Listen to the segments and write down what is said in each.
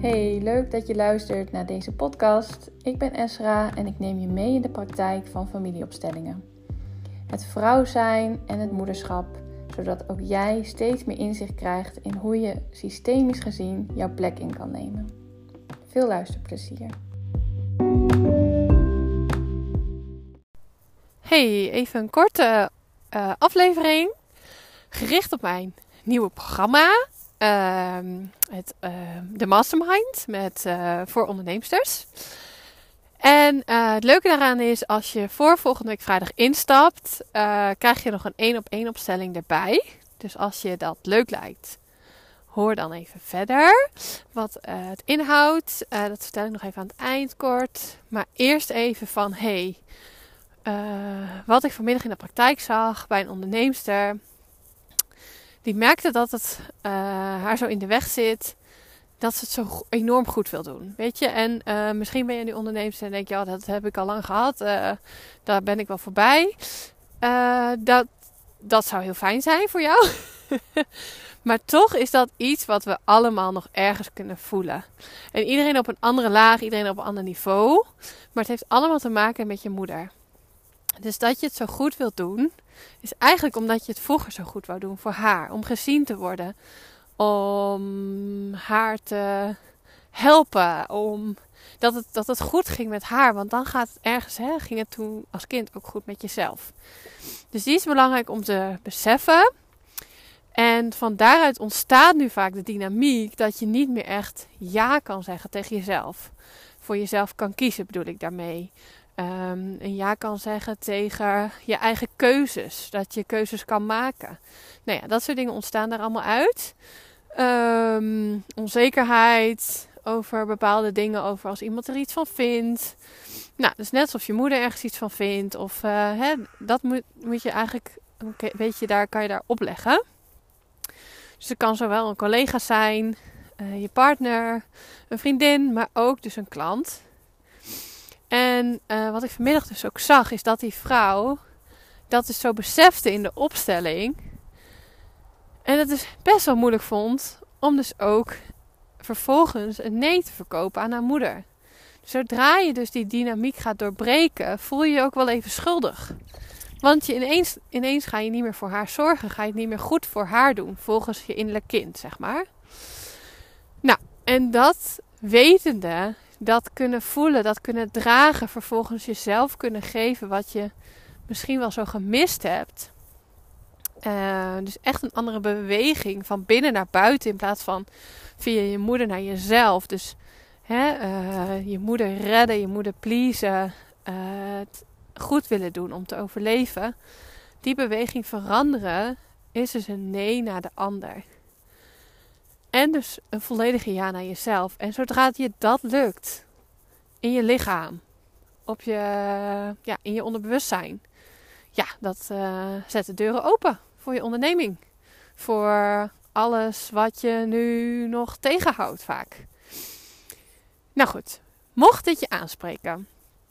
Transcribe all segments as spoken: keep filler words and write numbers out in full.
Hey, leuk dat je luistert naar deze podcast. Ik ben Esra en ik neem je mee in de praktijk van familieopstellingen. Het vrouw zijn en het moederschap, zodat ook jij steeds meer inzicht krijgt in hoe je systemisch gezien jouw plek in kan nemen. Veel luisterplezier. Hey, even een korte uh, aflevering gericht op mijn nieuwe programma. Uh, het, uh, de Mastermind met, uh, voor onderneemsters. En uh, het leuke daaraan is, als je voor volgende week vrijdag instapt, uh, krijg je nog een één op één opstelling erbij. Dus als je dat leuk lijkt, hoor dan even verder wat uh, het inhoudt. Uh, dat vertel ik nog even aan het eind kort. Maar eerst even van, hey, uh, wat ik vanmiddag in de praktijk zag bij een onderneemster. Die merkte dat het uh, haar zo in de weg zit, dat ze het zo enorm goed wil doen. Weet je, en uh, misschien ben je nu onderneemster en denk je, ja, dat heb ik al lang gehad. Uh, daar ben ik wel voorbij. Uh, dat, dat zou heel fijn zijn voor jou. Maar toch is dat iets wat we allemaal nog ergens kunnen voelen. En iedereen op een andere laag, iedereen op een ander niveau. Maar het heeft allemaal te maken met je moeder. Dus dat je het zo goed wilt doen, is eigenlijk omdat je het vroeger zo goed wou doen voor haar. Om gezien te worden. Om haar te helpen. Om dat het, dat het goed ging met haar. Want dan gaat het ergens, hè, ging het toen als kind ook goed met jezelf. Dus die is belangrijk om te beseffen. En van daaruit ontstaat nu vaak de dynamiek dat je niet meer echt ja kan zeggen tegen jezelf. Voor jezelf kan kiezen, bedoel ik daarmee. Um, een ja kan zeggen tegen je eigen keuzes. Dat je keuzes kan maken. Nou ja, dat soort dingen ontstaan daar allemaal uit. Um, onzekerheid over bepaalde dingen. Over als iemand er iets van vindt. Nou, dus net alsof je moeder ergens iets van vindt. Of uh, hè, dat moet, moet je eigenlijk, weet je, daar kan je daar opleggen. Dus het kan zowel een collega zijn, uh, je partner, een vriendin, maar ook dus een klant. En uh, wat ik vanmiddag dus ook zag, is dat die vrouw dat dus zo besefte in de opstelling. En het dus best wel moeilijk vond om dus ook vervolgens een nee te verkopen aan haar moeder. Dus zodra je dus die dynamiek gaat doorbreken, voel je je ook wel even schuldig. Want je ineens, ineens ga je niet meer voor haar zorgen, ga je het niet meer goed voor haar doen, volgens je innerlijk kind, zeg maar. Nou, en dat wetende, dat kunnen voelen, dat kunnen dragen, vervolgens jezelf kunnen geven wat je misschien wel zo gemist hebt. Uh, dus echt een andere beweging van binnen naar buiten in plaats van via je moeder naar jezelf. Dus hè, uh, je moeder redden, je moeder pleasen, uh, het goed willen doen om te overleven. Die beweging veranderen is dus een nee naar de ander. En dus een volledige ja naar jezelf. En zodra je dat lukt, in je lichaam, op je, ja, in je onderbewustzijn, ja, dat uh, zet de deuren open voor je onderneming. Voor alles wat je nu nog tegenhoudt vaak. Nou goed, mocht dit je aanspreken.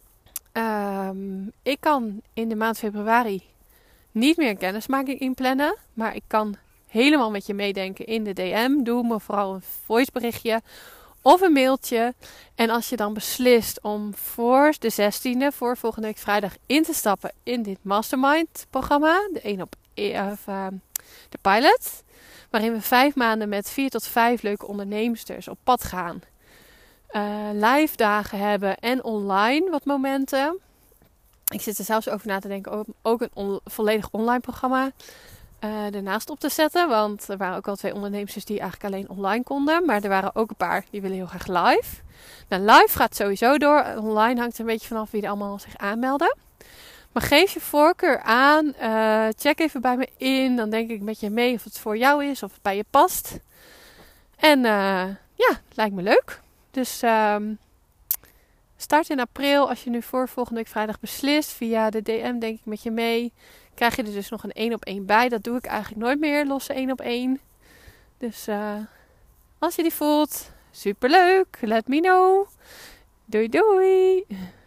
Um, ik kan in de maand februari niet meer een kennismaking inplannen, maar ik kan helemaal met je meedenken in de D M. Doe me vooral een voiceberichtje of een mailtje. En als je dan beslist om voor de zestiende, voor volgende week vrijdag, in te stappen in dit Mastermind programma. De één op of, uh, de pilot. Waarin we vijf maanden met vier tot vijf leuke onderneemsters op pad gaan. Uh, live dagen hebben en online wat momenten. Ik zit er zelfs over na te denken om ook een on- volledig online programma Uh, ernaast op te zetten. Want er waren ook al twee ondernemers die eigenlijk alleen online konden. Maar er waren ook een paar die willen heel graag live. Nou, live gaat sowieso door. Online hangt er een beetje vanaf wie er allemaal zich aanmelden. Maar geef je voorkeur aan. Uh, check even bij me in. Dan denk ik met je mee of het voor jou is. Of het bij je past. En uh, ja, het lijkt me leuk. Dus um, start in april. Als je nu voor volgende week vrijdag beslist. Via de D M denk ik met je mee. Krijg je er dus nog een één op één bij. Dat doe ik eigenlijk nooit meer, losse één op één. Dus uh, als je die voelt, superleuk. Let me know. Doei doei.